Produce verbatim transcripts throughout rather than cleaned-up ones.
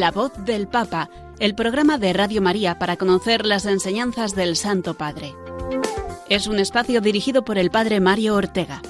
La Voz del Papa, el programa de Radio María para conocer las enseñanzas del Santo Padre. Es un espacio dirigido por el Padre Mario Ortega.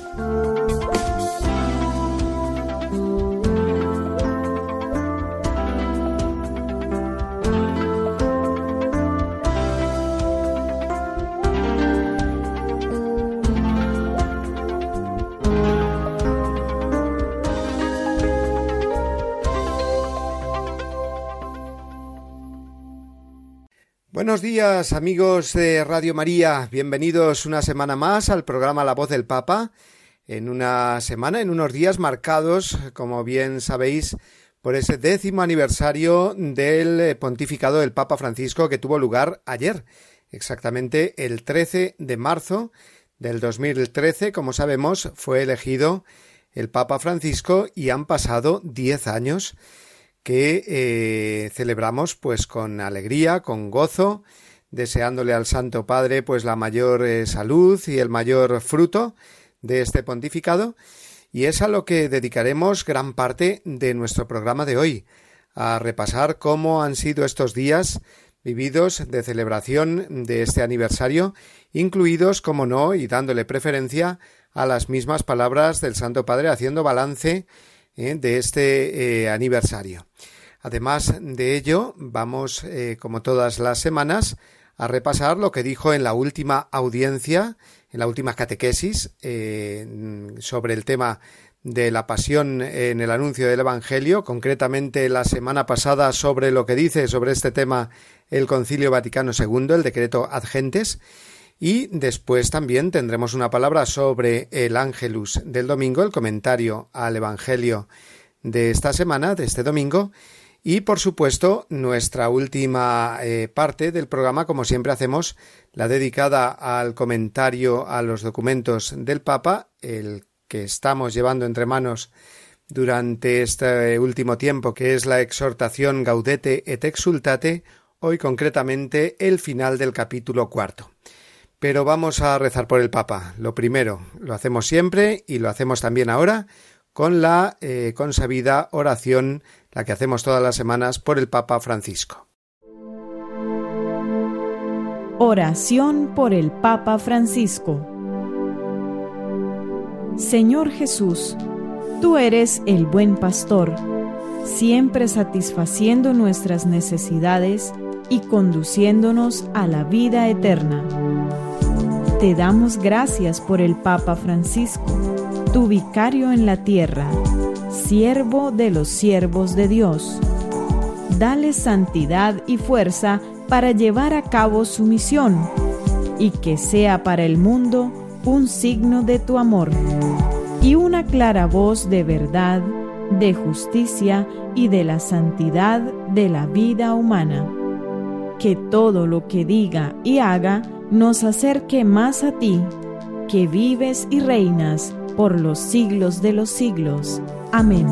Buenos días, amigos de Radio María, bienvenidos una semana más al programa La Voz del Papa, en una semana, en unos días marcados, como bien sabéis, por ese décimo aniversario del pontificado del Papa Francisco que tuvo lugar ayer, exactamente el trece de marzo del dos mil trece, como sabemos, fue elegido el Papa Francisco y han pasado diez años que eh, celebramos pues con alegría, con gozo, deseándole al Santo Padre pues la mayor eh, salud y el mayor fruto de este pontificado, y es a lo que dedicaremos gran parte de nuestro programa de hoy, a repasar cómo han sido estos días vividos de celebración de este aniversario, incluidos, como no, y dándole preferencia a las mismas palabras del Santo Padre, haciendo balance Eh, de este eh, aniversario. Además de ello, vamos, eh, como todas las semanas, a repasar lo que dijo en la última audiencia, en la última catequesis, eh, sobre el tema de la pasión en el anuncio del Evangelio, concretamente la semana pasada sobre lo que dice sobre este tema el Concilio Vaticano segundo, el decreto Ad Gentes. Y después también tendremos una palabra sobre el Ángelus del domingo, el comentario al Evangelio de esta semana, de este domingo, y por supuesto nuestra última eh, parte del programa, como siempre hacemos, la dedicada al comentario a los documentos del Papa, el que estamos llevando entre manos durante este último tiempo, que es la exhortación Gaudete et Exsultate, hoy concretamente el final del capítulo cuarto. Pero vamos a rezar por el Papa. Lo primero, lo hacemos siempre y lo hacemos también ahora con la eh, consabida oración, la que hacemos todas las semanas por el Papa Francisco. Oración por el Papa Francisco. Señor Jesús, tú eres el buen pastor, siempre satisfaciendo nuestras necesidades y conduciéndonos a la vida eterna. Te damos gracias por el Papa Francisco, tu vicario en la tierra, siervo de los siervos de Dios. Dale santidad y fuerza para llevar a cabo su misión, y que sea para el mundo un signo de tu amor, y una clara voz de verdad, de justicia y de la santidad de la vida humana. Que todo lo que diga y haga nos acerque más a ti, que vives y reinas por los siglos de los siglos. Amén.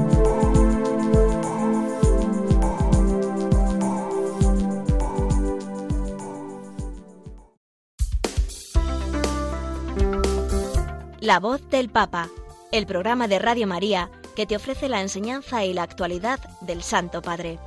La Voz del Papa, el programa de Radio María que te ofrece la enseñanza y la actualidad del Santo Padre.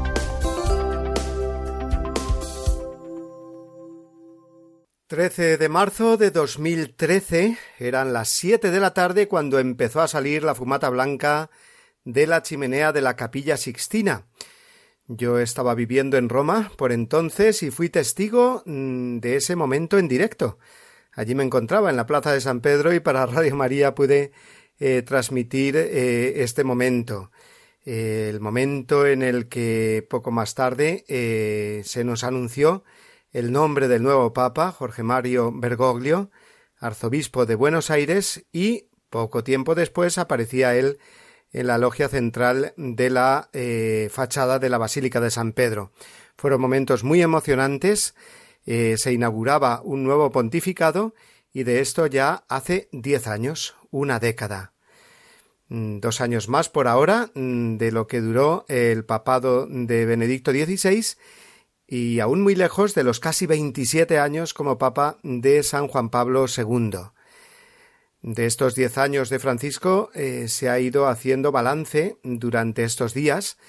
trece de marzo de dos mil trece, eran las siete de la tarde cuando empezó a salir la fumata blanca de la chimenea de la Capilla Sixtina. Yo estaba viviendo en Roma por entonces y fui testigo de ese momento en directo. Allí me encontraba en la Plaza de San Pedro y para Radio María pude eh, transmitir eh, este momento. Eh, el momento en el que poco más tarde eh, se nos anunció el nombre del nuevo Papa, Jorge Mario Bergoglio, arzobispo de Buenos Aires, y poco tiempo después aparecía él en la logia central de la eh, fachada de la Basílica de San Pedro. Fueron momentos muy emocionantes, eh, se inauguraba un nuevo pontificado, y de esto ya hace diez años, una década. Dos años más por ahora de lo que duró el papado de Benedicto dieciséis, y aún muy lejos de los casi veintisiete años como Papa de San Juan Pablo segundo. De estos diez años de Francisco eh, se ha ido haciendo balance durante estos días,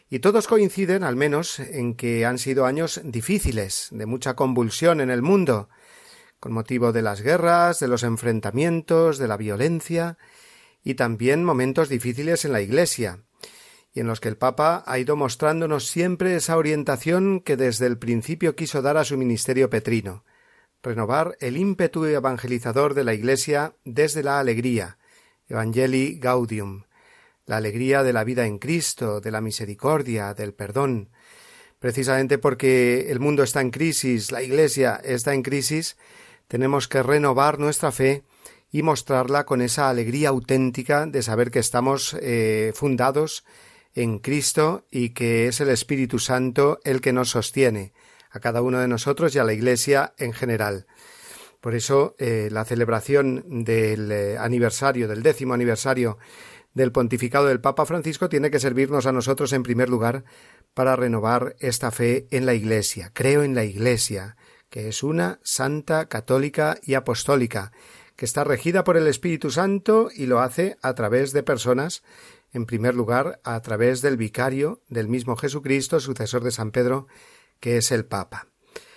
Y todos coinciden, al menos, en que han sido años difíciles, de mucha convulsión en el mundo, con motivo de las guerras, de los enfrentamientos, de la violencia, y también momentos difíciles en la Iglesia, y en los que el Papa ha ido mostrándonos siempre esa orientación que desde el principio quiso dar a su ministerio petrino, renovar el ímpetu evangelizador de la Iglesia desde la alegría, Evangelii Gaudium, la alegría de la vida en Cristo, de la misericordia, del perdón. Precisamente porque el mundo está en crisis, la Iglesia está en crisis, tenemos que renovar nuestra fe y mostrarla con esa alegría auténtica de saber que estamos eh, fundados en Cristo y que es el Espíritu Santo el que nos sostiene a cada uno de nosotros y a la Iglesia en general. Por eso eh, la celebración del eh, aniversario, del décimo aniversario del pontificado del Papa Francisco tiene que servirnos a nosotros en primer lugar para renovar esta fe en la Iglesia. Creo en la Iglesia, que es una, santa, católica y apostólica, que está regida por el Espíritu Santo y lo hace a través de personas, en primer lugar a través del vicario del mismo Jesucristo, sucesor de San Pedro, que es el Papa.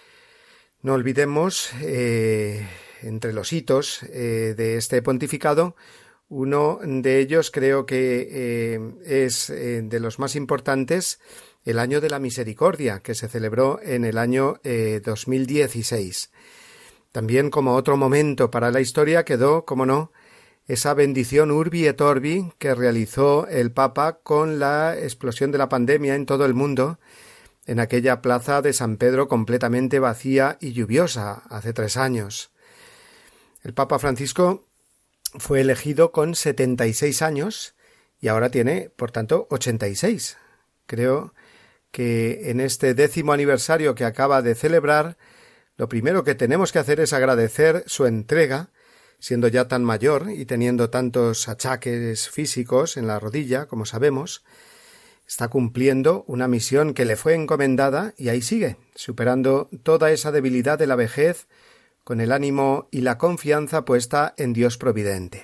No olvidemos, eh, entre los hitos eh, de este pontificado, uno de ellos creo que eh, es eh, de los más importantes, el Año de la Misericordia, que se celebró en el año eh, dos mil dieciséis. También como otro momento para la historia quedó, como no, esa bendición Urbi et Orbi que realizó el Papa con la explosión de la pandemia en todo el mundo, en aquella plaza de San Pedro completamente vacía y lluviosa hace tres años. El Papa Francisco fue elegido con setenta y seis años y ahora tiene, por tanto, ochenta y seis. Creo que en este décimo aniversario que acaba de celebrar, lo primero que tenemos que hacer es agradecer su entrega, siendo ya tan mayor y teniendo tantos achaques físicos en la rodilla, como sabemos. Está cumpliendo una misión que le fue encomendada y ahí sigue, superando toda esa debilidad de la vejez con el ánimo y la confianza puesta en Dios providente.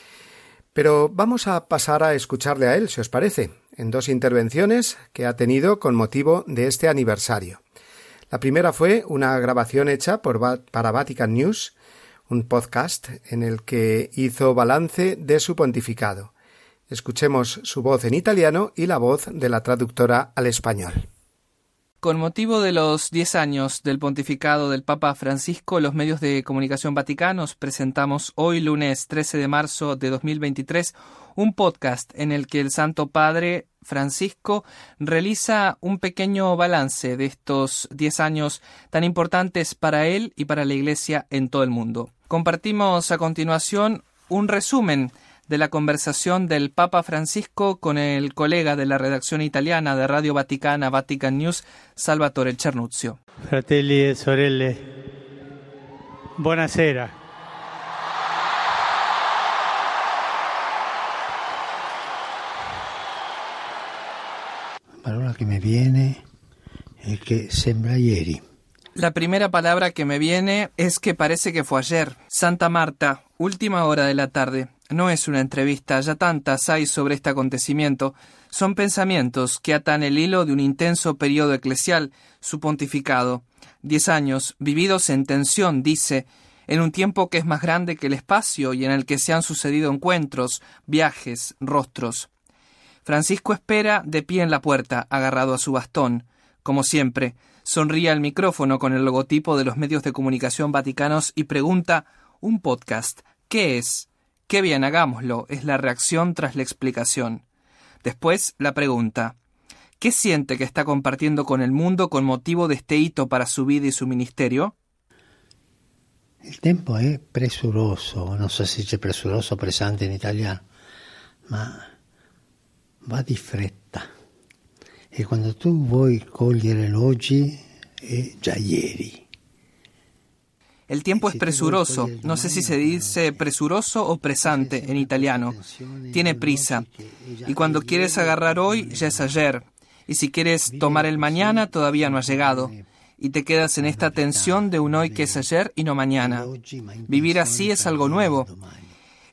Pero vamos a pasar a escucharle a él, si os parece, en dos intervenciones que ha tenido con motivo de este aniversario. La primera fue una grabación hecha por, para Vatican News, un podcast en el que hizo balance de su pontificado. Escuchemos su voz en italiano y la voz de la traductora al español. Con motivo de los diez años del pontificado del Papa Francisco, los medios de comunicación vaticanos presentamos hoy, lunes trece de marzo de dos mil veintitrés, un podcast en el que el Santo Padre Francisco realiza un pequeño balance de estos diez años tan importantes para él y para la Iglesia en todo el mundo. Compartimos a continuación un resumen de la conversación del Papa Francisco con el colega de la redacción italiana de Radio Vaticana, Vatican News, Salvatore Cernuzio. Fratelli e sorelle, buonasera. La parola che mi viene è che sembra ieri. La primera palabra que me viene es que parece que fue ayer. Santa Marta, última hora de la tarde. No es una entrevista, ya tantas hay sobre este acontecimiento. Son pensamientos que atan el hilo de un intenso periodo eclesial, su pontificado. Diez años, vividos en tensión, dice, en un tiempo que es más grande que el espacio y en el que se han sucedido encuentros, viajes, rostros. Francisco espera de pie en la puerta, agarrado a su bastón. Como siempre, sonríe al micrófono con el logotipo de los medios de comunicación vaticanos y pregunta, ¿un podcast? ¿Qué es? Qué bien, hagámoslo, es la reacción tras la explicación. Después, la pregunta, ¿qué siente que está compartiendo con el mundo con motivo de este hito para su vida y su ministerio? Il tempo è presuroso, non so se dice presuroso o pressante in italiano, ma va di fretta. E quando tu vuoi cogliere l'oggi è già ieri. El tiempo es presuroso, no sé si se dice presuroso o presante en italiano. Tiene prisa. Y cuando quieres agarrar hoy, ya es ayer. Y si quieres tomar el mañana, todavía no ha llegado. Y te quedas en esta tensión de un hoy que es ayer y no mañana. Vivir así es algo nuevo.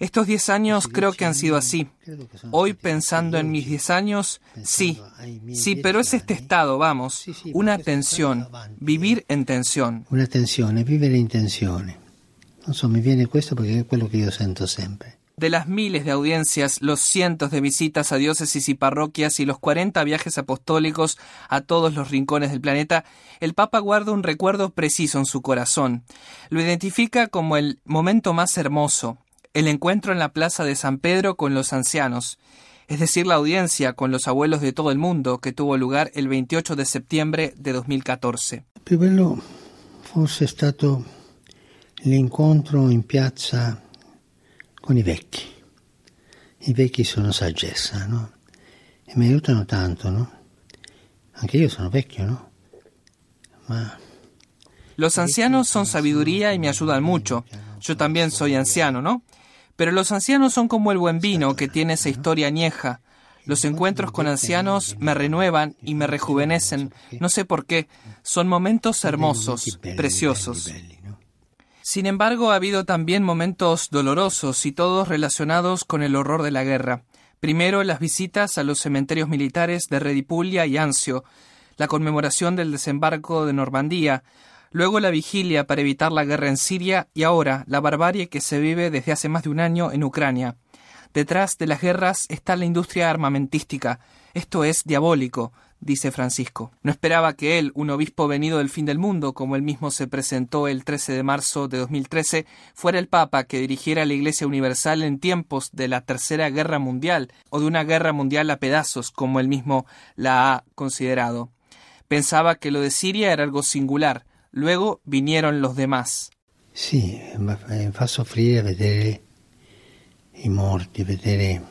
Estos diez años creo que han sido así. Hoy, pensando en mis diez años, sí, sí, pero es este estado, vamos, una tensión, vivir en tensión. Una tensione, vivere in tensione. Non so, mi viene questo perché è quello che io sento sempre. De las miles de audiencias, los cientos de visitas a diócesis y parroquias y los cuarenta viajes apostólicos a todos los rincones del planeta, el Papa guarda un recuerdo preciso en su corazón. Lo identifica como el momento más hermoso, el encuentro en la plaza de San Pedro con los ancianos, es decir, la audiencia con los abuelos de todo el mundo que tuvo lugar el veintiocho de septiembre de dos mil catorce. Il più bello forse è stato l'incontro in piazza con i vecchi. I vecchi sono saggezza, no? E mi aiutano tanto, no? Anche io sono vecchio, no? Ma... Los ancianos son sabiduría y me ayudan mucho. Yo también soy anciano, ¿no? Pero los ancianos son como el buen vino que tiene esa historia añeja. Los encuentros con ancianos me renuevan y me rejuvenecen. No sé por qué. Son momentos hermosos, preciosos. Sin embargo, ha habido también momentos dolorosos y todos relacionados con el horror de la guerra. Primero, las visitas a los cementerios militares de Redipulia y Anzio, la conmemoración del desembarco de Normandía, luego la vigilia para evitar la guerra en Siria y ahora la barbarie que se vive desde hace más de un año en Ucrania. Detrás de las guerras está la industria armamentística. Esto es diabólico, dice Francisco. No esperaba que él, un obispo venido del fin del mundo, como él mismo se presentó el trece de marzo de dos mil trece, fuera el Papa que dirigiera la Iglesia Universal en tiempos de la Tercera Guerra Mundial o de una guerra mundial a pedazos, como él mismo la ha considerado. Pensaba que lo de Siria era algo singular. Luego vinieron los demás. Sì, mi fa soffrire vedere i morti, vedere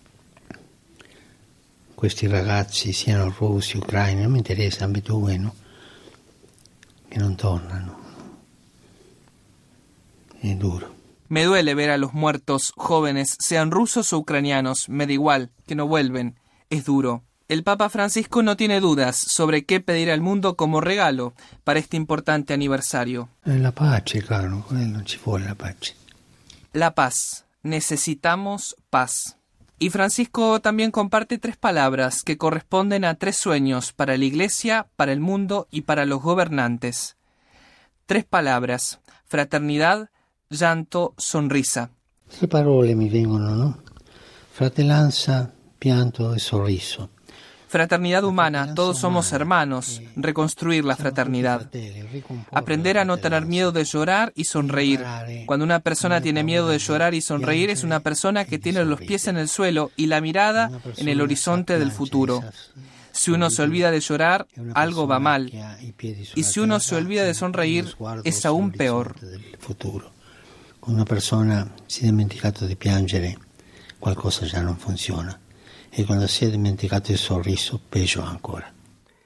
questi ragazzi, siano russi, ucraini, non mi interessa, ambedue, no? Che non tornano. È duro. Me duele ver a los muertos jóvenes, sean rusos o ucranianos, me da igual, que no vuelven. Es duro. El Papa Francisco no tiene dudas sobre qué pedir al mundo como regalo para este importante aniversario. La pace, caro, non ci vuole la pace. La paz. Necesitamos paz. Y Francisco también comparte tres palabras que corresponden a tres sueños para la Iglesia, para el mundo y para los gobernantes. Tres palabras: fraternidad, llanto, sonrisa. Tre parole mi vengono, no? Fratellanza, pianto e sorriso. Fraternidad humana, todos somos hermanos, reconstruir la fraternidad. Aprender a no tener miedo de llorar y sonreír. Cuando una persona tiene miedo de llorar y sonreír es una persona que tiene los pies en el suelo y la mirada en el horizonte del futuro. Si uno se olvida de llorar, algo va mal. Y si uno se olvida de sonreír, es aún peor. Cuando una persona si è dimenticato di piangere, qualcosa già non funziona. Y cuando si è dimenticato il sorriso, peggio ancora.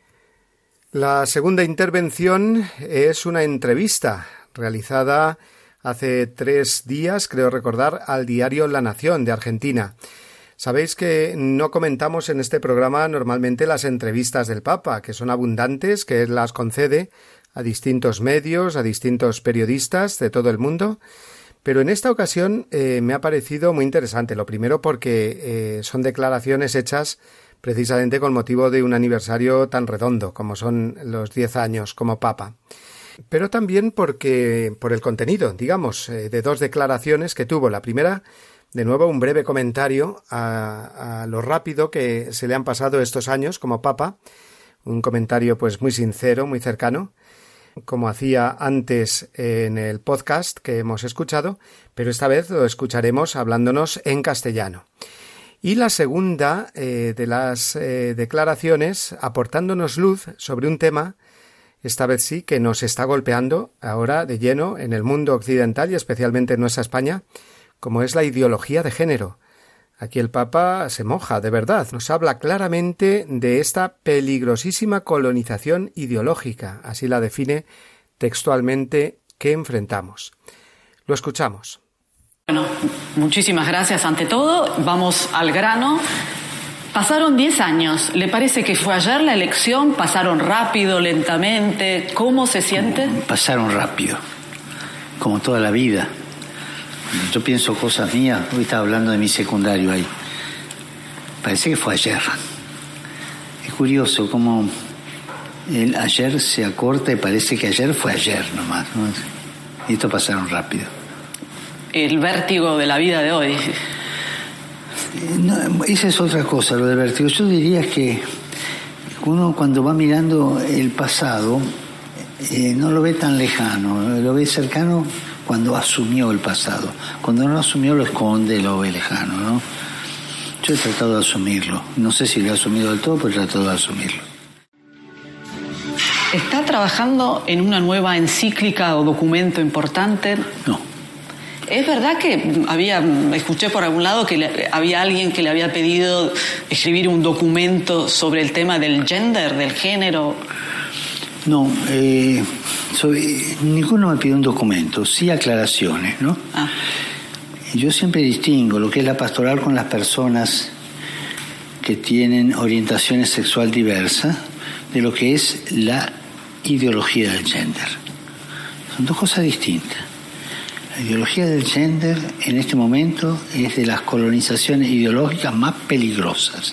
La segunda intervención es una entrevista realizada hace tres días, creo recordar, al diario La Nación de Argentina. Sabéis que no comentamos en este programa normalmente las entrevistas del Papa, que son abundantes, que él las concede a distintos medios, a distintos periodistas de todo el mundo. Pero en esta ocasión eh, me ha parecido muy interesante. Lo primero porque eh, son declaraciones hechas precisamente con motivo de un aniversario tan redondo como son los diez años como Papa. Pero también porque por el contenido, digamos, eh, de dos declaraciones que tuvo. La primera, de nuevo, un breve comentario a, a lo rápido que se le han pasado estos años como Papa. Un comentario pues muy sincero, muy cercano, como hacía antes en el podcast que hemos escuchado, pero esta vez lo escucharemos hablándonos en castellano. Y la segunda eh, de las eh, declaraciones, aportándonos luz sobre un tema, esta vez sí, que nos está golpeando ahora de lleno en el mundo occidental y especialmente en nuestra España, como es la ideología de género. Aquí el Papa se moja, de verdad. Nos habla claramente de esta peligrosísima colonización ideológica, así la define textualmente, que enfrentamos. Lo escuchamos. Bueno, muchísimas gracias ante todo. Vamos al grano. Pasaron diez años. ¿Le parece que fue ayer la elección? ¿Pasaron rápido, lentamente? ¿Cómo se siente? Pasaron rápido, como toda la vida. yo pienso cosas mías. Hoy estaba hablando de mi secundario ahí. Parece que fue ayer. Es curioso cómo el ayer se acorta y parece que ayer fue ayer nomás, ¿no? Y esto pasaron rápido. El vértigo de la vida de hoy. No, esa es otra cosa, lo del vértigo. Yo diría que uno cuando va mirando el pasado eh, no lo ve tan lejano, lo ve cercano cuando asumió el pasado. Cuando no lo asumió lo esconde, lo ve lejano, ¿no? Yo he tratado de asumirlo. No sé si lo he asumido del todo, pero he tratado de asumirlo. ¿Está trabajando en una nueva encíclica o documento importante? No. ¿Es verdad que había, escuché por algún lado que le, había alguien que le había pedido escribir un documento sobre el tema del gender, del género? No, eh, soy, ninguno me pidió un documento, sí aclaraciones, ¿no? Ah. Yo siempre distingo lo que es la pastoral con las personas que tienen orientación sexual diversa de lo que es la ideología del gender. Son dos cosas distintas. La ideología del gender en este momento es de las colonizaciones ideológicas más peligrosas.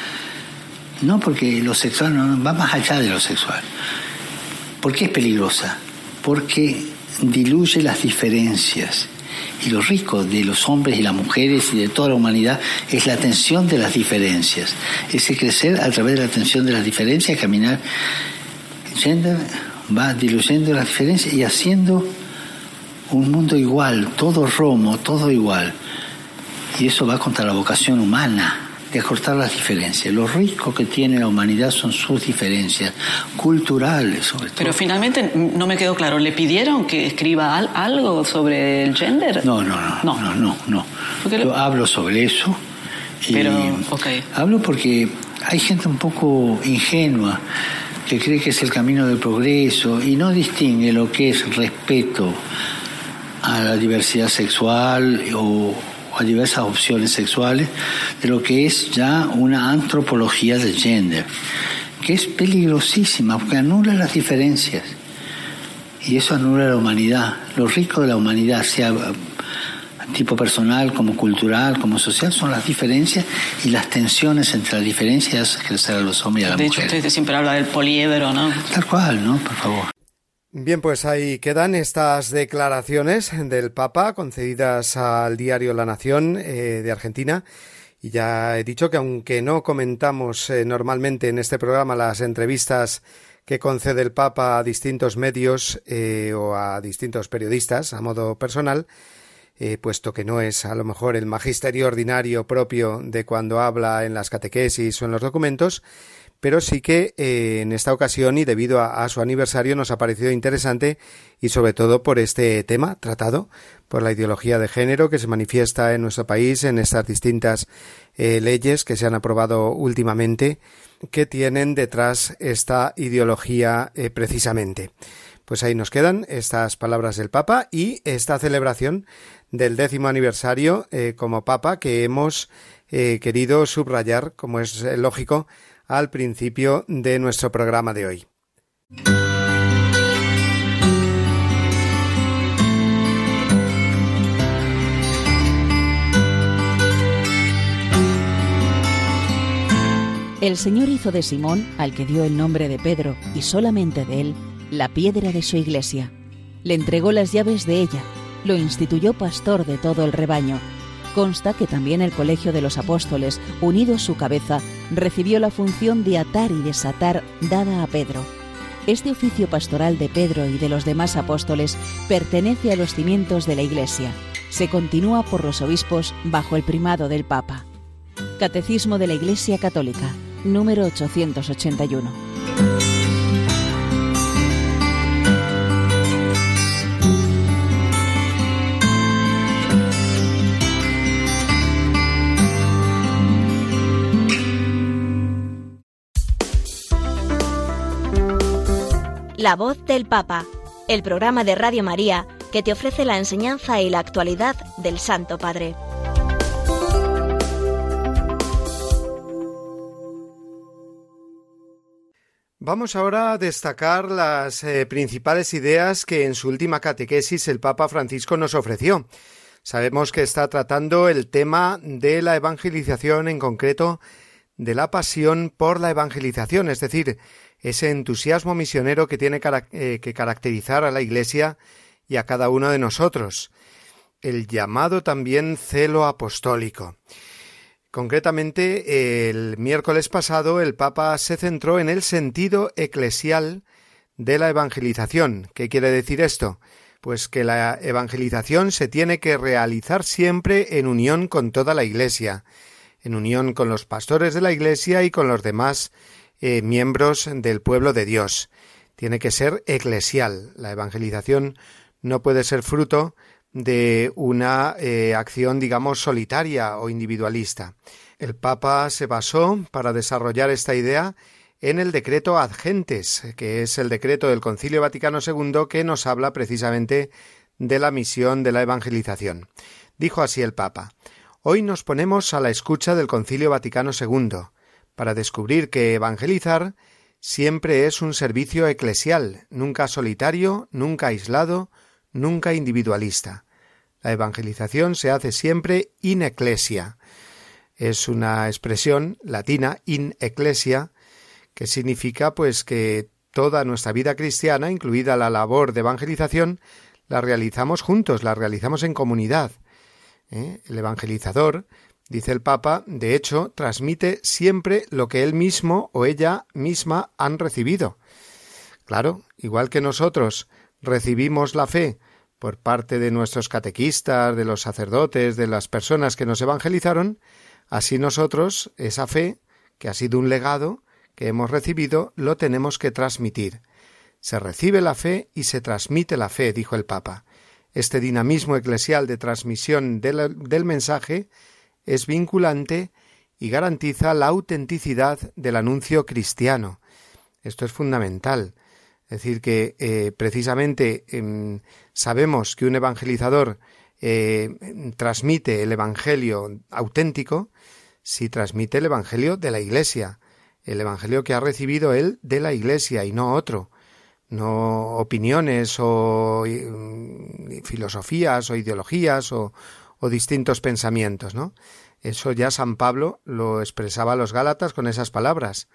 No porque lo sexual no, va más allá de lo sexual. ¿Por qué es peligrosa? Porque diluye las diferencias. Y lo rico de los hombres y las mujeres y de toda la humanidad es la atención de las diferencias. Ese crecer a través de la atención de las diferencias, caminar. El gender va diluyendo las diferencias y haciendo un mundo igual, todo romo, todo igual. Y eso va contra la vocación humana de acortar las diferencias. Lo rico que tiene la humanidad son sus diferencias, culturales sobre todo. Pero finalmente no me quedó claro, ¿le pidieron que escriba al, algo sobre el gender? No, no, no, no, no, no. no. Yo lo... hablo sobre eso. Y Pero, okay. Hablo porque hay gente un poco ingenua que cree que es el camino del progreso y no distingue lo que es respeto a la diversidad sexual o a diversas opciones sexuales, de lo que es ya una antropología del gender, que es peligrosísima porque anula las diferencias y eso anula la humanidad. Lo rico de la humanidad, sea tipo personal, como cultural, como social, son las diferencias y las tensiones entre las diferencias que crecer a los hombres y a las de mujeres. De hecho, usted siempre habla del poliedro, ¿no? Tal cual, ¿no? Por favor. Bien, pues ahí quedan estas declaraciones del Papa concedidas al diario La Nación eh, de Argentina. Y ya he dicho que aunque no comentamos eh, normalmente en este programa las entrevistas que concede el Papa a distintos medios eh, o a distintos periodistas a modo personal, eh, puesto que no es a lo mejor el magisterio ordinario propio de cuando habla en las catequesis o en los documentos, pero sí que eh, en esta ocasión y debido a, a su aniversario nos ha parecido interesante y sobre todo por este tema tratado, por la ideología de género que se manifiesta en nuestro país en estas distintas eh, leyes que se han aprobado últimamente que tienen detrás esta ideología eh, precisamente. Pues ahí nos quedan estas palabras del Papa y esta celebración del décimo aniversario eh, como Papa que hemos eh, querido subrayar, como es eh, lógico, al principio de nuestro programa de hoy. El Señor hizo de Simón, al que dio el nombre de Pedro, y solamente de él, la piedra de su iglesia. Le entregó las llaves de ella, lo instituyó pastor de todo el rebaño. Consta que también el Colegio de los Apóstoles, unido a su cabeza, recibió la función de atar y desatar dada a Pedro. Este oficio pastoral de Pedro y de los demás apóstoles pertenece a los cimientos de la Iglesia. Se continúa por los obispos bajo el primado del Papa. Catecismo de la Iglesia Católica, número ochocientos ochenta y uno. La voz del Papa, el programa de Radio María que te ofrece la enseñanza y la actualidad del Santo Padre. Vamos ahora a destacar las eh, principales ideas que en su última catequesis el Papa Francisco nos ofreció. Sabemos que está tratando el tema de la evangelización, en concreto de la pasión por la evangelización, es decir, ese entusiasmo misionero que tiene que caracterizar a la Iglesia y a cada uno de nosotros. El llamado también celo apostólico. Concretamente, el miércoles pasado el Papa se centró en el sentido eclesial de la evangelización. ¿Qué quiere decir esto? Pues que la evangelización se tiene que realizar siempre en unión con toda la Iglesia, en unión con los pastores de la Iglesia y con los demás eh, miembros del pueblo de Dios. Tiene que ser eclesial. La evangelización no puede ser fruto de una eh, acción, digamos, solitaria o individualista. El Papa se basó para desarrollar esta idea en el decreto Ad Gentes, que es el decreto del Concilio Vaticano segundo que nos habla precisamente de la misión de la evangelización. Dijo así el Papa: «Hoy nos ponemos a la escucha del Concilio Vaticano segundo para descubrir que evangelizar siempre es un servicio eclesial, nunca solitario, nunca aislado, nunca individualista. La evangelización se hace siempre in ecclesia». Es una expresión latina, in ecclesia, que significa pues que toda nuestra vida cristiana, incluida la labor de evangelización, la realizamos juntos, la realizamos en comunidad. ¿Eh? El evangelizador, dice el Papa, de hecho, transmite siempre lo que él mismo o ella misma han recibido. Claro, igual que nosotros recibimos la fe por parte de nuestros catequistas, de los sacerdotes, de las personas que nos evangelizaron, así nosotros, esa fe, que ha sido un legado que hemos recibido, lo tenemos que transmitir. Se recibe la fe y se transmite la fe, dijo el Papa. Este dinamismo eclesial de transmisión del, del mensaje es vinculante y garantiza la autenticidad del anuncio cristiano. Esto es fundamental. Es decir, que eh, precisamente eh, sabemos que un evangelizador eh, transmite el evangelio auténtico si transmite el evangelio de la Iglesia, el evangelio que ha recibido él de la Iglesia y no otro, no opiniones o eh, filosofías o ideologías o, o distintos pensamientos, ¿no? Eso ya San Pablo lo expresaba a los Gálatas con esas palabras.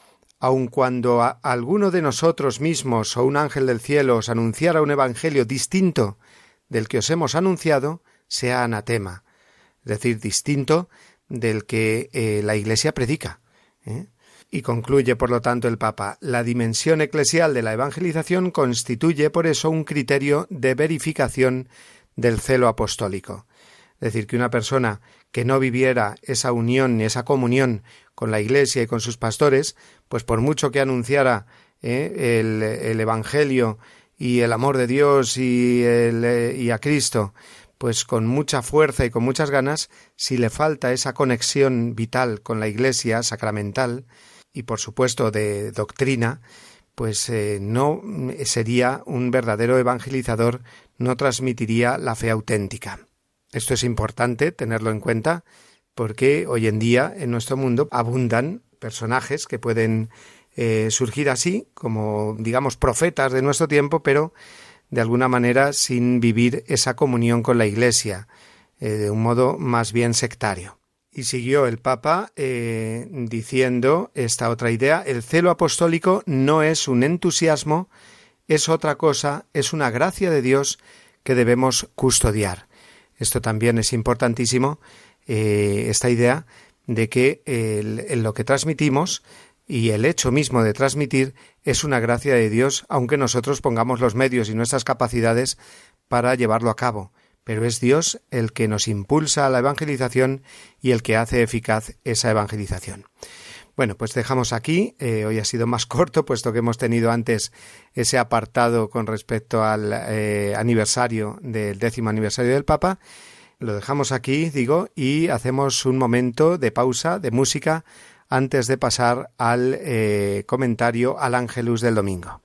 Aun cuando a alguno de nosotros mismos o un ángel del cielo os anunciara un evangelio distinto del que os hemos anunciado, sea anatema, es decir, distinto del que eh, la Iglesia predica. ¿eh? Y concluye, por lo tanto, el Papa: la dimensión eclesial de la evangelización constituye, por eso, un criterio de verificación del celo apostólico. Es decir, que una persona que no viviera esa unión ni esa comunión con la Iglesia y con sus pastores, pues por mucho que anunciara eh, el, el Evangelio y el amor de Dios y, el, y a Cristo, pues con mucha fuerza y con muchas ganas, si le falta esa conexión vital con la Iglesia sacramental y por supuesto de doctrina, pues eh, no sería un verdadero evangelizador, no transmitiría la fe auténtica. Esto es importante tenerlo en cuenta porque hoy en día en nuestro mundo abundan personajes que pueden eh, surgir así, como digamos profetas de nuestro tiempo, pero de alguna manera sin vivir esa comunión con la Iglesia, eh, de un modo más bien sectario. Y siguió el Papa eh, diciendo esta otra idea: el celo apostólico no es un entusiasmo, es otra cosa, es una gracia de Dios que debemos custodiar. Esto también es importantísimo, eh, esta idea de que el, el lo que transmitimos y el hecho mismo de transmitir es una gracia de Dios, aunque nosotros pongamos los medios y nuestras capacidades para llevarlo a cabo. Pero es Dios el que nos impulsa a la evangelización y el que hace eficaz esa evangelización. Bueno, pues dejamos aquí. Eh, hoy ha sido más corto, puesto que hemos tenido antes ese apartado con respecto al eh, aniversario del décimo aniversario del Papa. Lo dejamos aquí, digo, y hacemos un momento de pausa, de música, antes de pasar al eh, comentario al Ángelus del domingo.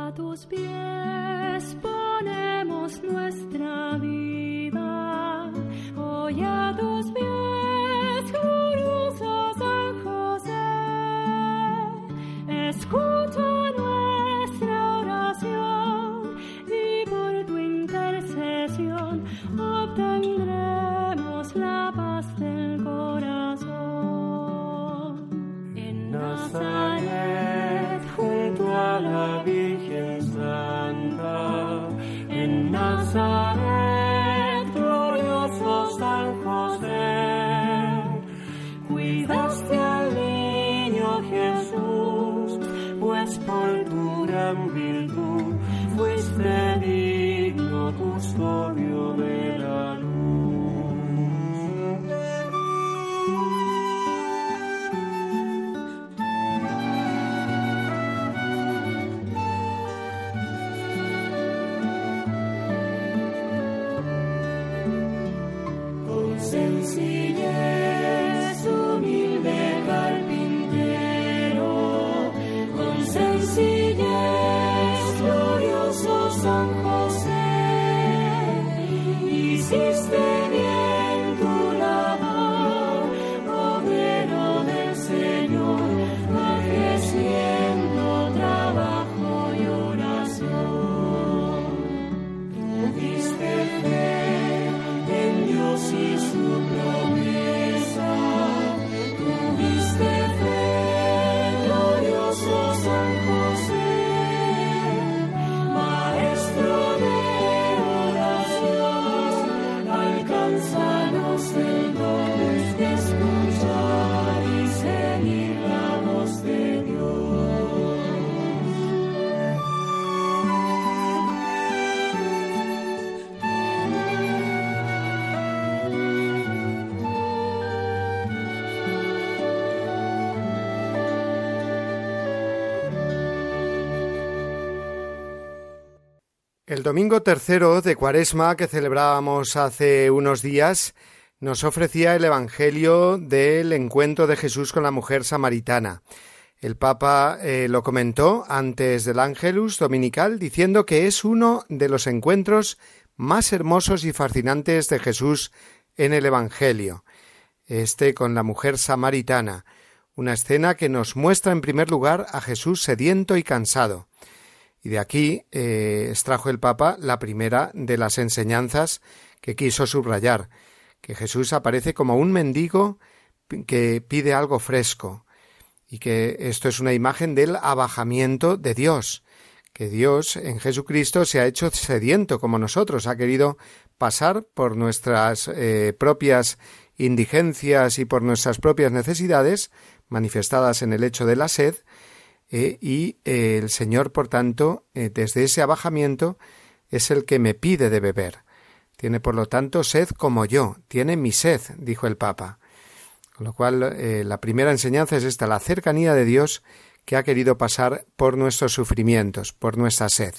Pies ponemos nuestra vida, guardaste al niño Jesús, pues por tu gran virtud fuiste digno custodio de la luz. Con sencillez, humilde carpintero, con sencillez, glorioso San José, hiciste bien tu labor, obrero del Señor, ofreciendo trabajo y oración. Tuviste fe en Dios y su promesa, tuviste fe, glorioso San José, maestro de oración, alcánzanos el don de escuchar y seguir la voz de Dios. El domingo tercero de Cuaresma que celebrábamos hace unos días nos ofrecía el Evangelio del encuentro de Jesús con la mujer samaritana. El Papa eh, lo comentó antes del Ángelus dominical diciendo que es uno de los encuentros más hermosos y fascinantes de Jesús en el Evangelio, este con la mujer samaritana, una escena que nos muestra en primer lugar a Jesús sediento y cansado. Y de aquí eh, extrajo el Papa la primera de las enseñanzas que quiso subrayar, que Jesús aparece como un mendigo que pide algo fresco, y que esto es una imagen del abajamiento de Dios, que Dios en Jesucristo se ha hecho sediento como nosotros, ha querido pasar por nuestras eh, propias indigencias y por nuestras propias necesidades, manifestadas en el hecho de la sed, Eh, y eh, el Señor, por tanto, eh, desde ese abajamiento, es el que me pide de beber. Tiene, por lo tanto, sed como yo, tiene mi sed, dijo el Papa. Con lo cual, eh, la primera enseñanza es esta, la cercanía de Dios que ha querido pasar por nuestros sufrimientos, por nuestra sed.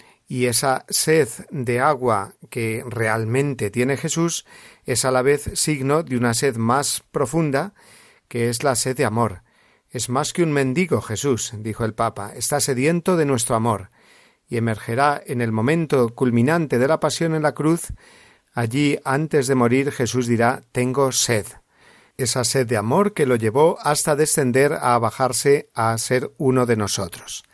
Y esa sed de agua que realmente tiene Jesús es a la vez signo de una sed más profunda, que es la sed de amor. Es más que un mendigo Jesús, dijo el Papa, está sediento de nuestro amor, y emergerá en el momento culminante de la pasión en la cruz. Allí, antes de morir, Jesús dirá, tengo sed. Esa sed de amor que lo llevó hasta descender a bajarse a ser uno de nosotros.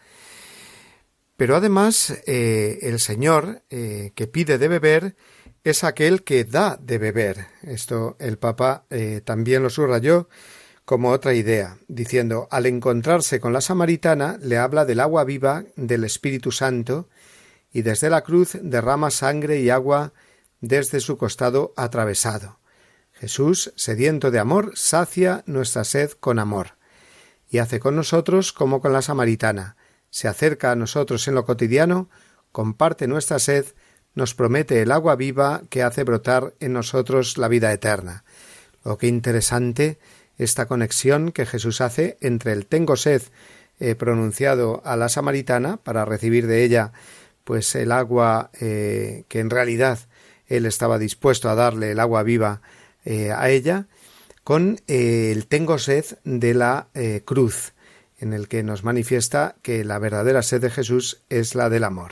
Pero además, eh, el Señor, eh, que pide de beber, es aquel que da de beber. Esto el Papa eh, también lo subrayó como otra idea, diciendo, al encontrarse con la samaritana, le habla del agua viva del Espíritu Santo, y desde la cruz derrama sangre y agua desde su costado atravesado. Jesús, sediento de amor, sacia nuestra sed con amor, y hace con nosotros como con la samaritana. Se acerca a nosotros en lo cotidiano, comparte nuestra sed, nos promete el agua viva que hace brotar en nosotros la vida eterna. Lo que interesante esta conexión que Jesús hace entre el tengo sed eh, pronunciado a la samaritana para recibir de ella pues el agua eh, que en realidad él estaba dispuesto a darle, el agua viva eh, a ella, con eh, el tengo sed de la eh, cruz, en el que nos manifiesta que la verdadera sed de Jesús es la del amor.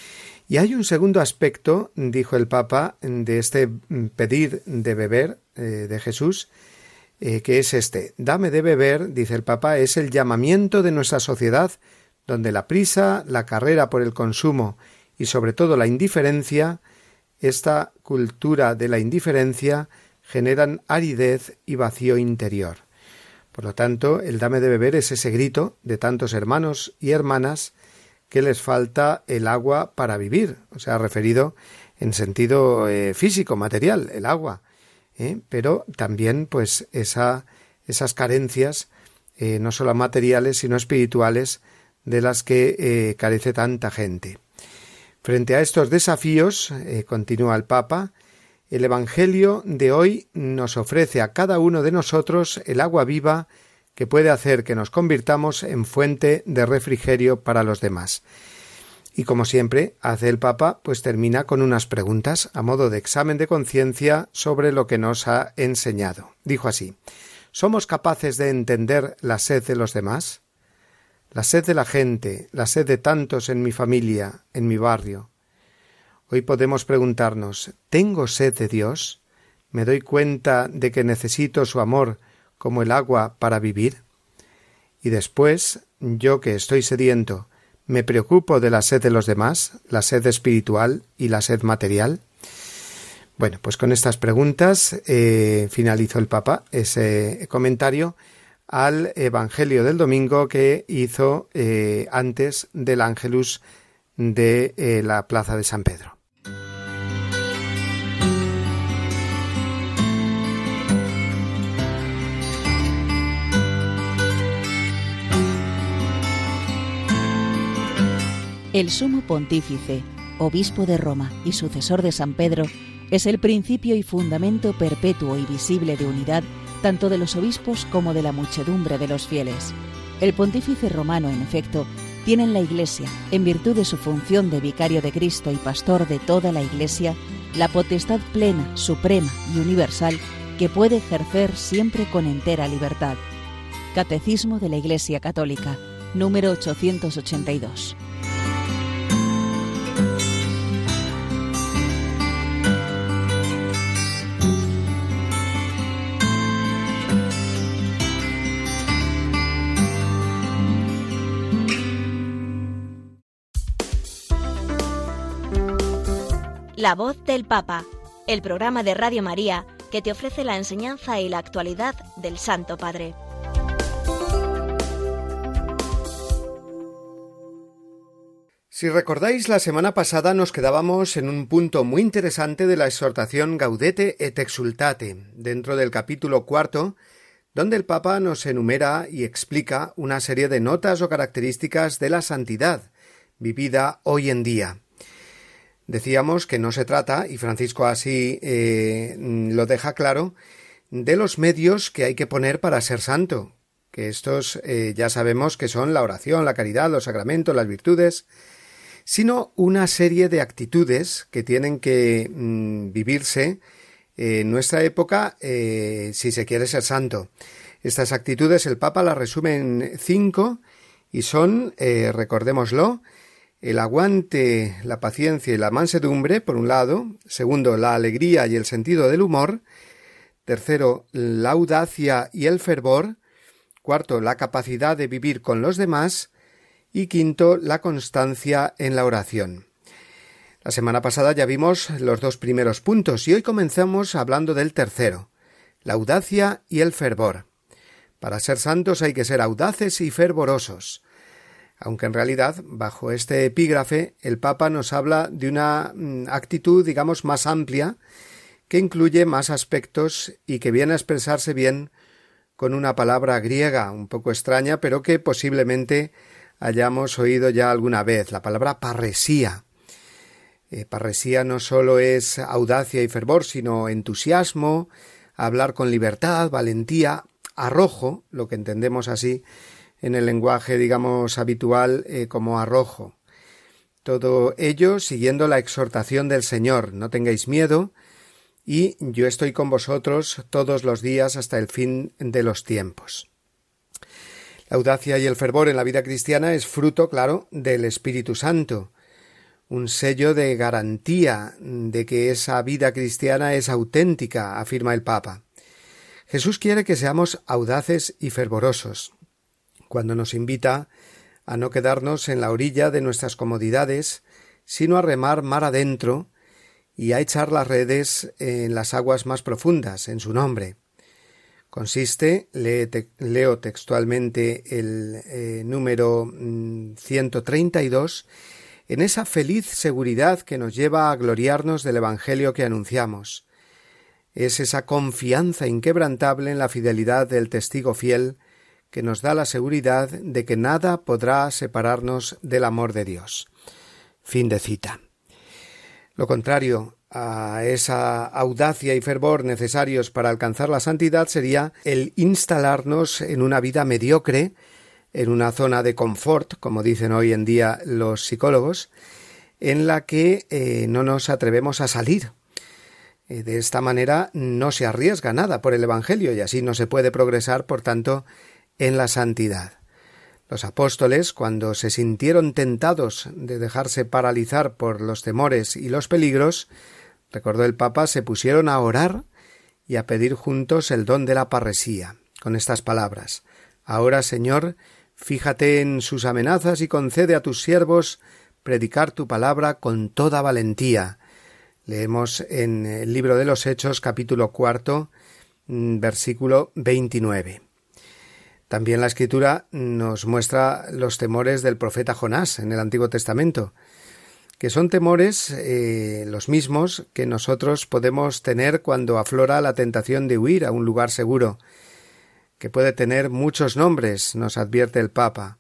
Y hay un segundo aspecto, dijo el Papa, de este pedir de beber eh, de Jesús, Eh, que es este, dame de beber, dice el Papa, es el llamamiento de nuestra sociedad, donde la prisa, la carrera por el consumo y sobre todo la indiferencia, esta cultura de la indiferencia, generan aridez y vacío interior. Por lo tanto, el dame de beber es ese grito de tantos hermanos y hermanas que les falta el agua para vivir, o sea, referido en sentido eh, físico, material, el agua. ¿Eh? Pero también pues esa esas carencias, eh, no solo materiales, sino espirituales, de las que eh, carece tanta gente. Frente a estos desafíos, eh, continúa el Papa, el Evangelio de hoy nos ofrece a cada uno de nosotros el agua viva que puede hacer que nos convirtamos en fuente de refrigerio para los demás. Y como siempre, hace el Papa, pues termina con unas preguntas a modo de examen de conciencia sobre lo que nos ha enseñado. Dijo así: ¿somos capaces de entender la sed de los demás? La sed de la gente, la sed de tantos en mi familia, en mi barrio. Hoy podemos preguntarnos, ¿tengo sed de Dios? ¿Me doy cuenta de que necesito su amor como el agua para vivir? Y después, yo que estoy sediento, ¿me preocupo de la sed de los demás, la sed espiritual y la sed material? Bueno, pues con estas preguntas eh, finalizó el Papa ese comentario al Evangelio del domingo que hizo eh, antes del Ángelus de eh, la Plaza de San Pedro. El sumo pontífice, obispo de Roma y sucesor de San Pedro, es el principio y fundamento perpetuo y visible de unidad tanto de los obispos como de la muchedumbre de los fieles. El pontífice romano, en efecto, tiene en la Iglesia, en virtud de su función de vicario de Cristo y pastor de toda la Iglesia, la potestad plena, suprema y universal que puede ejercer siempre con entera libertad. Catecismo de la Iglesia Católica, número ochocientos ochenta y dos. La voz del Papa, el programa de Radio María que te ofrece la enseñanza y la actualidad del Santo Padre. Si recordáis, la semana pasada nos quedábamos en un punto muy interesante de la exhortación Gaudete et Exsultate, dentro del capítulo cuarto, donde el Papa nos enumera y explica una serie de notas o características de la santidad vivida hoy en día. Decíamos que no se trata, y Francisco así eh, lo deja claro, de los medios que hay que poner para ser santo, que estos eh, ya sabemos que son la oración, la caridad, los sacramentos, las virtudes, sino una serie de actitudes que tienen que mm, vivirse en nuestra época eh, si se quiere ser santo. Estas actitudes el Papa las resume en cinco y son, eh, recordémoslo, el aguante, la paciencia y la mansedumbre, por un lado. Segundo, la alegría y el sentido del humor. Tercero, la audacia y el fervor. Cuarto, la capacidad de vivir con los demás. Y quinto, la constancia en la oración. La semana pasada ya vimos los dos primeros puntos y hoy comenzamos hablando del tercero, la audacia y el fervor. Para ser santos hay que ser audaces y fervorosos. Aunque en realidad, bajo este epígrafe, el Papa nos habla de una actitud, digamos, más amplia, que incluye más aspectos y que viene a expresarse bien con una palabra griega un poco extraña, pero que posiblemente hayamos oído ya alguna vez, la palabra parresía. Eh, parresía no solo es audacia y fervor, sino entusiasmo, hablar con libertad, valentía, arrojo, lo que entendemos así en el lenguaje, digamos, habitual eh, como arrojo. Todo ello siguiendo la exhortación del Señor, no tengáis miedo, y yo estoy con vosotros todos los días hasta el fin de los tiempos. La audacia y el fervor en la vida cristiana es fruto, claro, del Espíritu Santo, un sello de garantía de que esa vida cristiana es auténtica, afirma el Papa. Jesús quiere que seamos audaces y fervorosos, cuando nos invita a no quedarnos en la orilla de nuestras comodidades, sino a remar mar adentro y a echar las redes en las aguas más profundas, en su nombre. Consiste, lee te, leo textualmente el eh, número mm, ciento treinta y dos, en esa feliz seguridad que nos lleva a gloriarnos del Evangelio que anunciamos, es esa confianza inquebrantable en la fidelidad del testigo fiel que nos da la seguridad de que nada podrá separarnos del amor de Dios. Fin de cita. Lo contrario a esa audacia y fervor necesarios para alcanzar la santidad sería el instalarnos en una vida mediocre, en una zona de confort, como dicen hoy en día los psicólogos, en la que eh, no nos atrevemos a salir. Eh, de esta manera no se arriesga nada por el Evangelio y así no se puede progresar, por tanto, en la santidad. Los apóstoles, cuando se sintieron tentados de dejarse paralizar por los temores y los peligros, recordó el Papa, se pusieron a orar y a pedir juntos el don de la parresía, con estas palabras: Ahora, Señor, fíjate en sus amenazas y concede a tus siervos predicar tu palabra con toda valentía. Leemos en el libro de los Hechos, capítulo cuarto, versículo veintinueve. También la Escritura nos muestra los temores del profeta Jonás en el Antiguo Testamento, que son temores eh, los mismos que nosotros podemos tener cuando aflora la tentación de huir a un lugar seguro, que puede tener muchos nombres, nos advierte el Papa.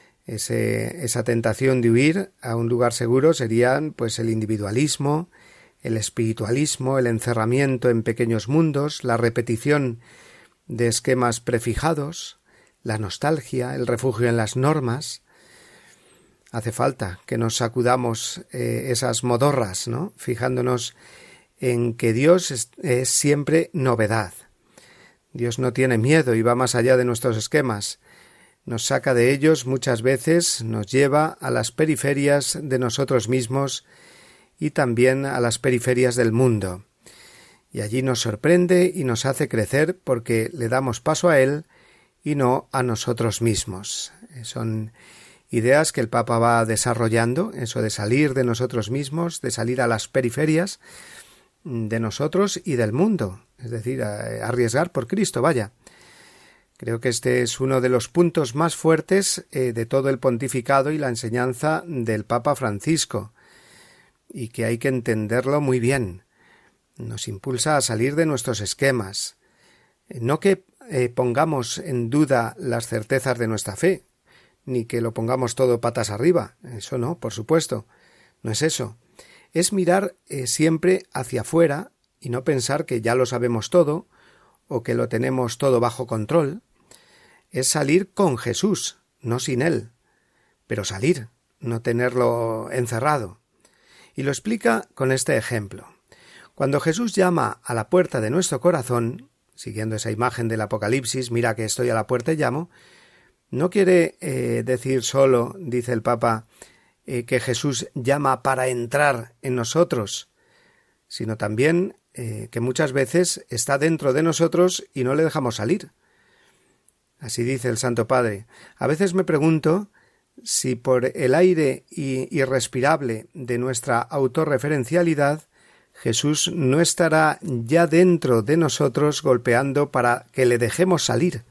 Ese, esa tentación de huir a un lugar seguro serían pues el individualismo, el espiritualismo, el encerramiento en pequeños mundos, la repetición de esquemas prefijados, la nostalgia, el refugio en las normas. Hace falta que nos sacudamos eh, esas modorras, ¿no? Fijándonos en que Dios es, es siempre novedad. Dios no tiene miedo y va más allá de nuestros esquemas. Nos saca de ellos muchas veces, nos lleva a las periferias de nosotros mismos y también a las periferias del mundo. Y allí nos sorprende y nos hace crecer porque le damos paso a Él y no a nosotros mismos. Son ideas que el Papa va desarrollando, eso de salir de nosotros mismos, de salir a las periferias de nosotros y del mundo, es decir, a arriesgar por Cristo, vaya. Creo que este es uno de los puntos más fuertes eh, de todo el pontificado y la enseñanza del Papa Francisco, y que hay que entenderlo muy bien. Nos impulsa a salir de nuestros esquemas, no que eh, pongamos en duda las certezas de nuestra fe, ni que lo pongamos todo patas arriba, eso no, por supuesto, no es eso. Es mirar eh, siempre hacia afuera y no pensar que ya lo sabemos todo o que lo tenemos todo bajo control. Es salir con Jesús, no sin Él, pero salir, no tenerlo encerrado. Y lo explica con este ejemplo. Cuando Jesús llama a la puerta de nuestro corazón, siguiendo esa imagen del Apocalipsis, mira que estoy a la puerta y llamo, no quiere eh, decir solo, dice el Papa, eh, que Jesús llama para entrar en nosotros, sino también eh, que muchas veces está dentro de nosotros y no le dejamos salir. Así dice el Santo Padre. A veces me pregunto si por el aire irrespirable de nuestra autorreferencialidad Jesús no estará ya dentro de nosotros golpeando para que le dejemos salir.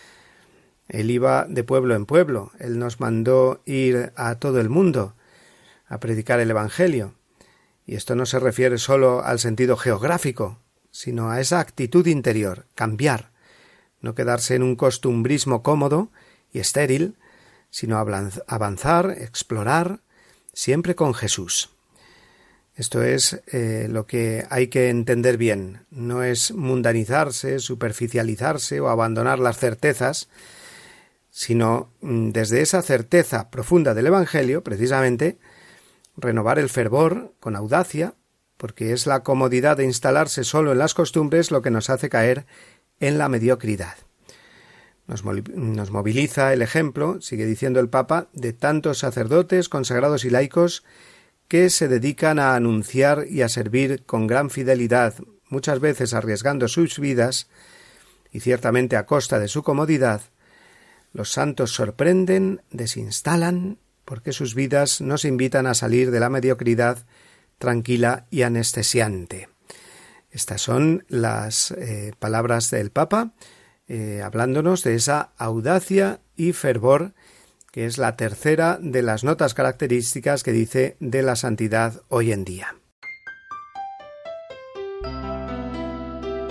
Él iba de pueblo en pueblo, Él nos mandó ir a todo el mundo a predicar el Evangelio. Y esto no se refiere solo al sentido geográfico, sino a esa actitud interior, cambiar, no quedarse en un costumbrismo cómodo y estéril, sino avanzar, explorar, siempre con Jesús. Esto es eh, lo que hay que entender bien. No es mundanizarse, superficializarse o abandonar las certezas, sino desde esa certeza profunda del Evangelio, precisamente, renovar el fervor con audacia, porque es la comodidad de instalarse solo en las costumbres lo que nos hace caer en la mediocridad. Nos, nos moviliza el ejemplo, sigue diciendo el Papa, de tantos sacerdotes, consagrados y laicos que se dedican a anunciar y a servir con gran fidelidad, muchas veces arriesgando sus vidas y ciertamente a costa de su comodidad. Los santos sorprenden, desinstalan, porque sus vidas nos invitan a salir de la mediocridad tranquila y anestesiante. Estas son las eh, palabras del Papa, eh, hablándonos de esa audacia y fervor, que es la tercera de las notas características que dice de la santidad hoy en día.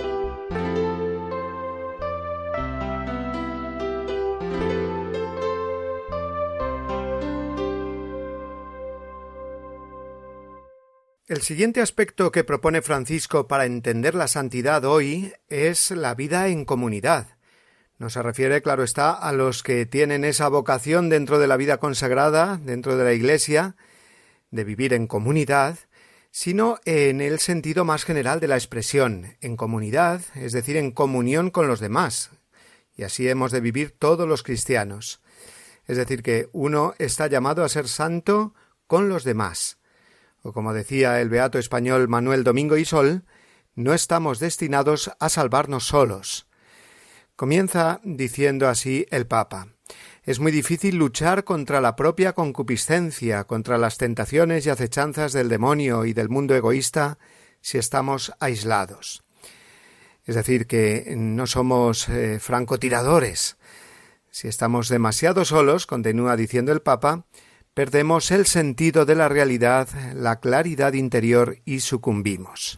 El siguiente aspecto que propone Francisco para entender la santidad hoy es la vida en comunidad. No se refiere, claro está, a los que tienen esa vocación dentro de la vida consagrada, dentro de la Iglesia, de vivir en comunidad, sino en el sentido más general de la expresión, en comunidad, es decir, en comunión con los demás. Y así hemos de vivir todos los cristianos. Es decir, que uno está llamado a ser santo con los demás. O como decía el beato español Manuel Domingo y Sol, no estamos destinados a salvarnos solos. Comienza diciendo así el Papa: es muy difícil luchar contra la propia concupiscencia, contra las tentaciones y acechanzas del demonio y del mundo egoísta si estamos aislados. Es decir, que no somos eh, francotiradores. Si estamos demasiado solos, continúa diciendo el Papa, perdemos el sentido de la realidad, la claridad interior y sucumbimos.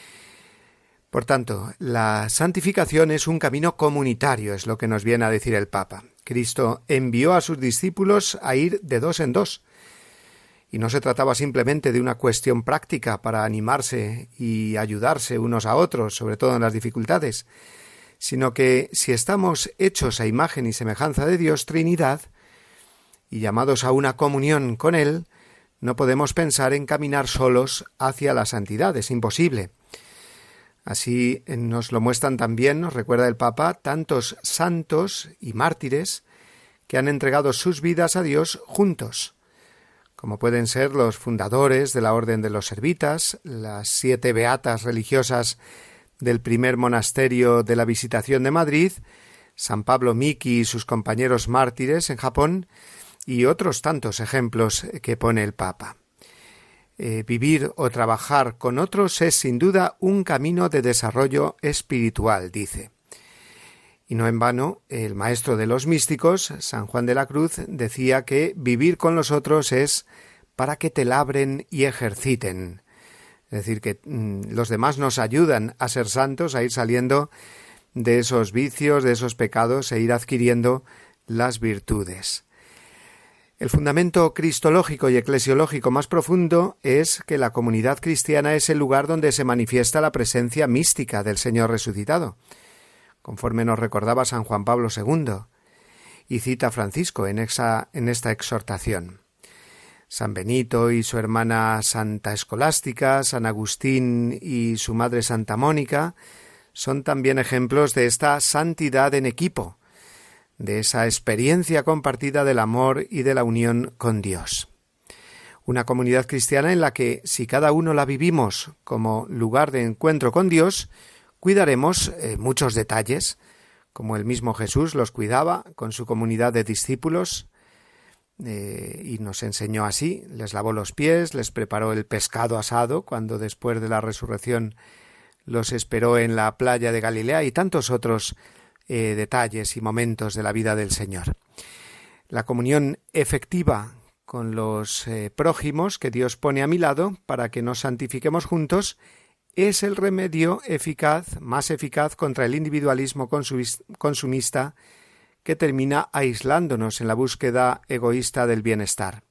Por tanto, la santificación es un camino comunitario, es lo que nos viene a decir el Papa. Cristo envió a sus discípulos a ir de dos en dos. Y no se trataba simplemente de una cuestión práctica para animarse y ayudarse unos a otros, sobre todo en las dificultades, sino que si estamos hechos a imagen y semejanza de Dios, Trinidad, y llamados a una comunión con Él, no podemos pensar en caminar solos hacia la santidad, es imposible. Así nos lo muestran también, nos recuerda el Papa, tantos santos y mártires que han entregado sus vidas a Dios juntos, como pueden ser los fundadores de la Orden de los Servitas, las siete beatas religiosas del primer monasterio de la Visitación de Madrid, San Pablo Miki y sus compañeros mártires en Japón, y otros tantos ejemplos que pone el Papa. Eh, vivir o trabajar con otros es sin duda un camino de desarrollo espiritual, dice. Y no en vano, el maestro de los místicos, San Juan de la Cruz, decía que vivir con los otros es para que te labren y ejerciten. Es decir, que mmm, los demás nos ayudan a ser santos, a ir saliendo de esos vicios, de esos pecados e ir adquiriendo las virtudes. El fundamento cristológico y eclesiológico más profundo es que la comunidad cristiana es el lugar donde se manifiesta la presencia mística del Señor resucitado, conforme nos recordaba San Juan Pablo segundo, y cita Francisco en, exa, en esta exhortación. San Benito y su hermana Santa Escolástica, San Agustín y su madre Santa Mónica son también ejemplos de esta santidad en equipo, de esa experiencia compartida del amor y de la unión con Dios. Una comunidad cristiana en la que, si cada uno la vivimos como lugar de encuentro con Dios, cuidaremos eh, muchos detalles, como el mismo Jesús los cuidaba con su comunidad de discípulos, eh, y nos enseñó así, les lavó los pies, les preparó el pescado asado, cuando después de la resurrección los esperó en la playa de Galilea, y tantos otros Eh, detalles y momentos de la vida del Señor. La comunión efectiva con los eh, prójimos que Dios pone a mi lado para que nos santifiquemos juntos es el remedio eficaz, más eficaz contra el individualismo consumista que termina aislándonos en la búsqueda egoísta del bienestar.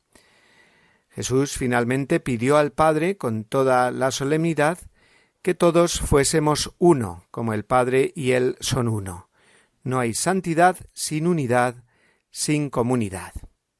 Jesús finalmente pidió al Padre con toda la solemnidad que todos fuésemos uno, como el Padre y Él son uno. No hay santidad sin unidad, sin comunidad.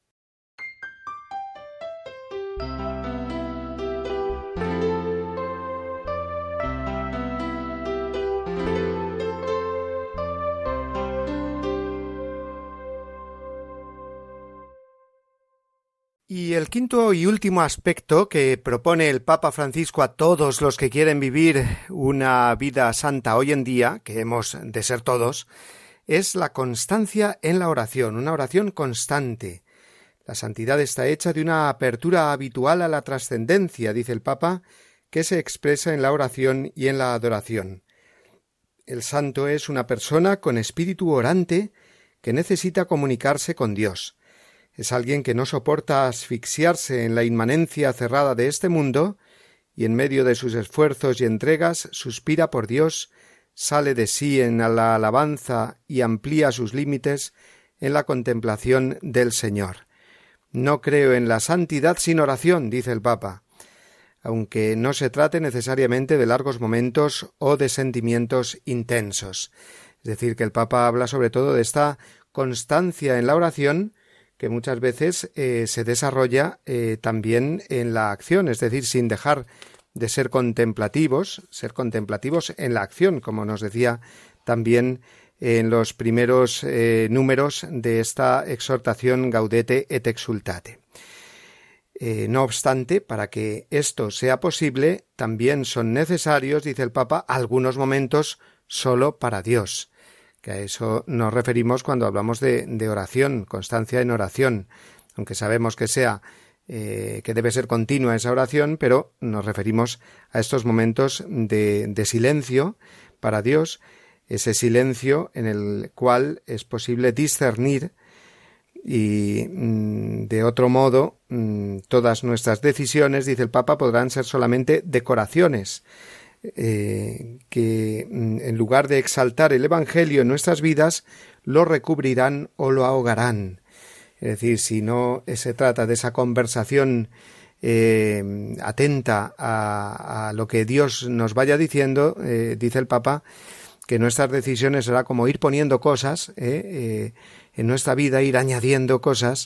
Y el quinto y último aspecto que propone el Papa Francisco a todos los que quieren vivir una vida santa hoy en día, que hemos de ser todos, es la constancia en la oración, una oración constante. La santidad está hecha de una apertura habitual a la trascendencia, dice el Papa, que se expresa en la oración y en la adoración. El santo es una persona con espíritu orante que necesita comunicarse con Dios. Es alguien que no soporta asfixiarse en la inmanencia cerrada de este mundo y en medio de sus esfuerzos y entregas suspira por Dios, sale de sí en la alabanza y amplía sus límites en la contemplación del Señor. No creo en la santidad sin oración, dice el Papa. aunque no se trate necesariamente de largos momentos o de sentimientos intensos. Es decir, que el Papa habla sobre todo de esta constancia en la oración que muchas veces eh, se desarrolla eh, también en la acción, es decir, sin dejar de ser contemplativos, ser contemplativos en la acción, como nos decía también en los primeros eh, números de esta exhortación Gaudete et Exsultate. Eh, no obstante, para que esto sea posible, también son necesarios, dice el Papa, algunos momentos solo para Dios, que a eso nos referimos cuando hablamos de, de oración, constancia en oración, aunque sabemos que sea eh, que debe ser continua esa oración, pero nos referimos a estos momentos de, de silencio para Dios, ese silencio en el cual es posible discernir y de otro modo todas nuestras decisiones, dice el Papa, podrán ser solamente decoraciones eh, que en lugar de exaltar el Evangelio en nuestras vidas lo recubrirán o lo ahogarán. Es decir, si no se trata de esa conversación eh, atenta a, a lo que Dios nos vaya diciendo, eh, dice el Papa, que nuestras decisiones será como ir poniendo cosas eh, eh, en nuestra vida, ir añadiendo cosas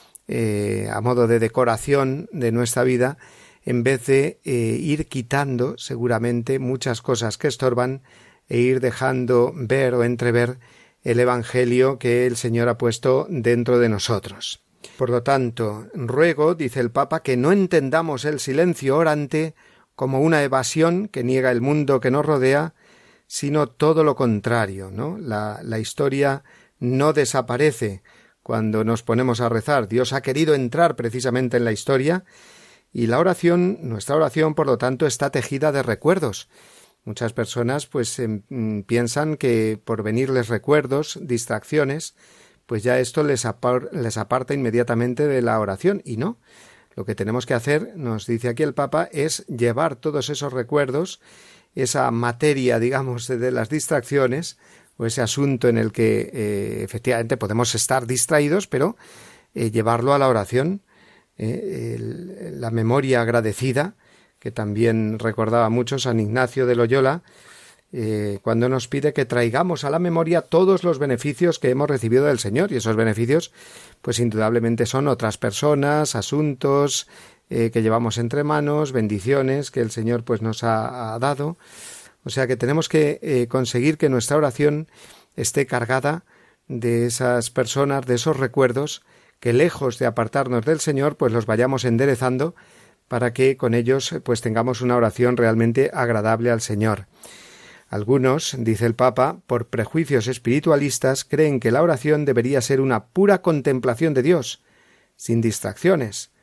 eh, a modo de decoración de nuestra vida, en vez de eh, ir quitando seguramente muchas cosas que estorban e ir dejando ver o entrever el Evangelio que el Señor ha puesto dentro de nosotros. Por lo tanto, ruego, dice el Papa, que no entendamos el silencio orante como una evasión que niega el mundo que nos rodea, sino todo lo contrario, ¿no? La, la historia no desaparece cuando nos ponemos a rezar. Dios ha querido entrar precisamente en la historia y la oración, nuestra oración, por lo tanto, está tejida de recuerdos. Muchas personas pues eh, piensan que por venirles recuerdos, distracciones, pues ya esto les, apar, les aparta inmediatamente de la oración, y no. Lo que tenemos que hacer, nos dice aquí el Papa, es llevar todos esos recuerdos, esa materia, digamos, de las distracciones, o ese asunto en el que eh, efectivamente podemos estar distraídos, pero eh, llevarlo a la oración, eh, el, la memoria agradecida, que también recordaba mucho San Ignacio de Loyola, eh, cuando nos pide que traigamos a la memoria todos los beneficios que hemos recibido del Señor, y esos beneficios, pues indudablemente son otras personas, asuntos eh, que llevamos entre manos, bendiciones que el Señor pues nos ha, ha dado. O sea que tenemos que eh, conseguir que nuestra oración esté cargada de esas personas, de esos recuerdos, que lejos de apartarnos del Señor, pues los vayamos enderezando para que con ellos pues tengamos una oración realmente agradable al Señor. Algunos, dice el Papa, por prejuicios espiritualistas, creen que la oración debería ser una pura contemplación de Dios, sin distracciones,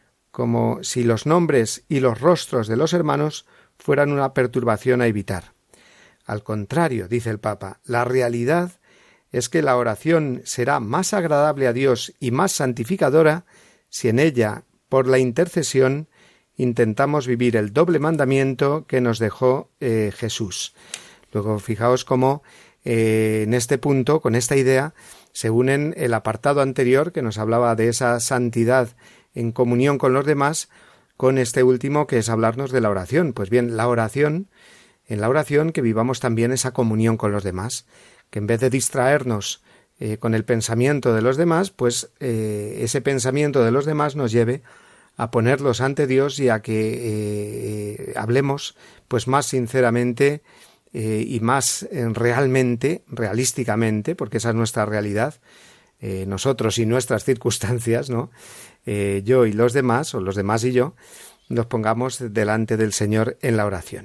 como si los nombres y los rostros de los hermanos fueran una perturbación a evitar. Al contrario, dice el Papa, la realidad es que la oración será más agradable a Dios y más santificadora si en ella, por la intercesión, intentamos vivir el doble mandamiento que nos dejó eh, Jesús. Luego, fijaos cómo eh, en este punto, con esta idea, se unen el apartado anterior que nos hablaba de esa santidad en comunión con los demás, con este último que es hablarnos de la oración. Pues bien, la oración, en la oración que vivamos también esa comunión con los demás, que en vez de distraernos eh, con el pensamiento de los demás, pues eh, ese pensamiento de los demás nos lleve a ponerlos ante Dios y a que eh, hablemos pues más sinceramente eh, y más eh, realmente, realísticamente, porque esa es nuestra realidad, eh, nosotros y nuestras circunstancias, ¿no? Eh, yo y los demás, o los demás y yo, nos pongamos delante del Señor en la oración.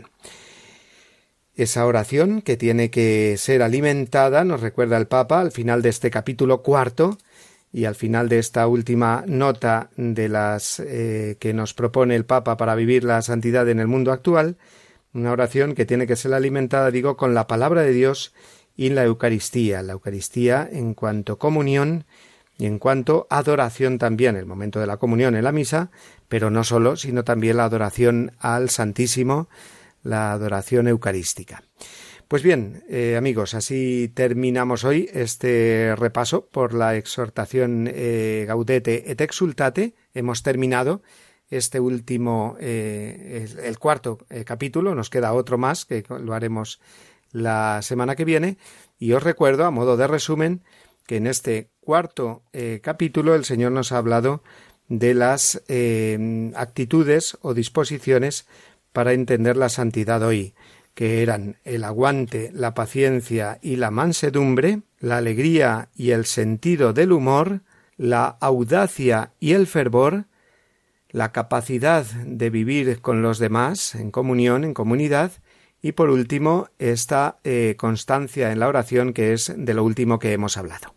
Esa oración que tiene que ser alimentada, nos recuerda el Papa al final de este capítulo cuarto, y al final de esta última nota de las eh, que nos propone el Papa para vivir la santidad en el mundo actual, una oración que tiene que ser alimentada, digo, con la palabra de Dios y la Eucaristía. La Eucaristía en cuanto comunión y en cuanto adoración también, el momento de la comunión en la misa, pero no solo, sino también la adoración al Santísimo, la adoración eucarística. Pues bien, eh, amigos, así terminamos hoy este repaso por la exhortación eh, Gaudete et Exsultate. Hemos terminado este último, eh, el, el cuarto eh, capítulo. Nos queda otro más que lo haremos la semana que viene, y os recuerdo, a modo de resumen, que en este cuarto eh, capítulo el Señor nos ha hablado de las eh, actitudes o disposiciones para entender la santidad hoy, que eran el aguante, la paciencia y la mansedumbre, la alegría y el sentido del humor, la audacia y el fervor, la capacidad de vivir con los demás en comunión, en comunidad, y por último, esta eh, constancia en la oración, que es de lo último que hemos hablado.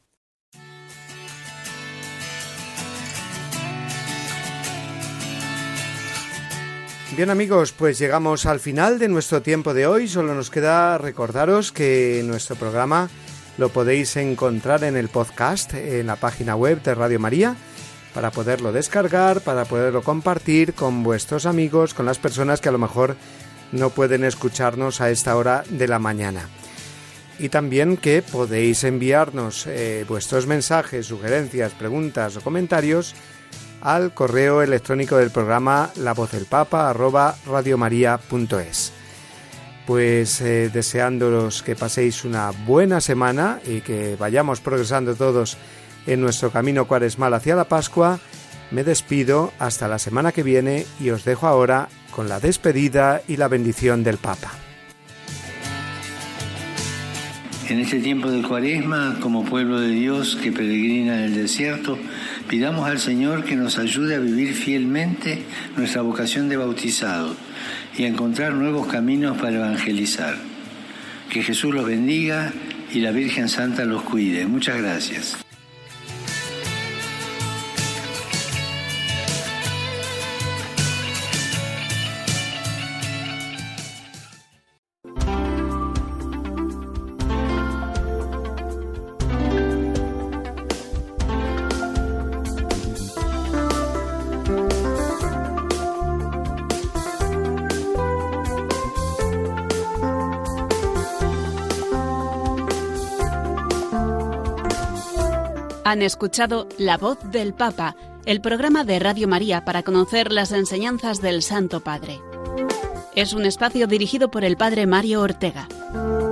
Bien, amigos, pues llegamos al final de nuestro tiempo de hoy. Solo nos queda recordaros que nuestro programa lo podéis encontrar en el podcast, en la página web de Radio María, para poderlo descargar, para poderlo compartir con vuestros amigos, con las personas que a lo mejor no pueden escucharnos a esta hora de la mañana. Y también que podéis enviarnos eh, vuestros mensajes, sugerencias, preguntas o comentarios al correo electrónico del programa lavozdelpapa arroba radiomaria punto es. Pues eh, deseándolos que paséis una buena semana y que vayamos progresando todos en nuestro camino cuaresmal hacia la Pascua, me despido hasta la semana que viene y os dejo ahora con la despedida y la bendición del Papa. En este tiempo del Cuaresma, como pueblo de Dios que peregrina en el desierto, pidamos al Señor que nos ayude a vivir fielmente nuestra vocación de bautizado y a encontrar nuevos caminos para evangelizar. Que Jesús los bendiga y la Virgen Santa los cuide. Muchas gracias. Han escuchado La Voz del Papa, el programa de Radio María para conocer las enseñanzas del Santo Padre. Es un espacio dirigido por el Padre Mario Ortega.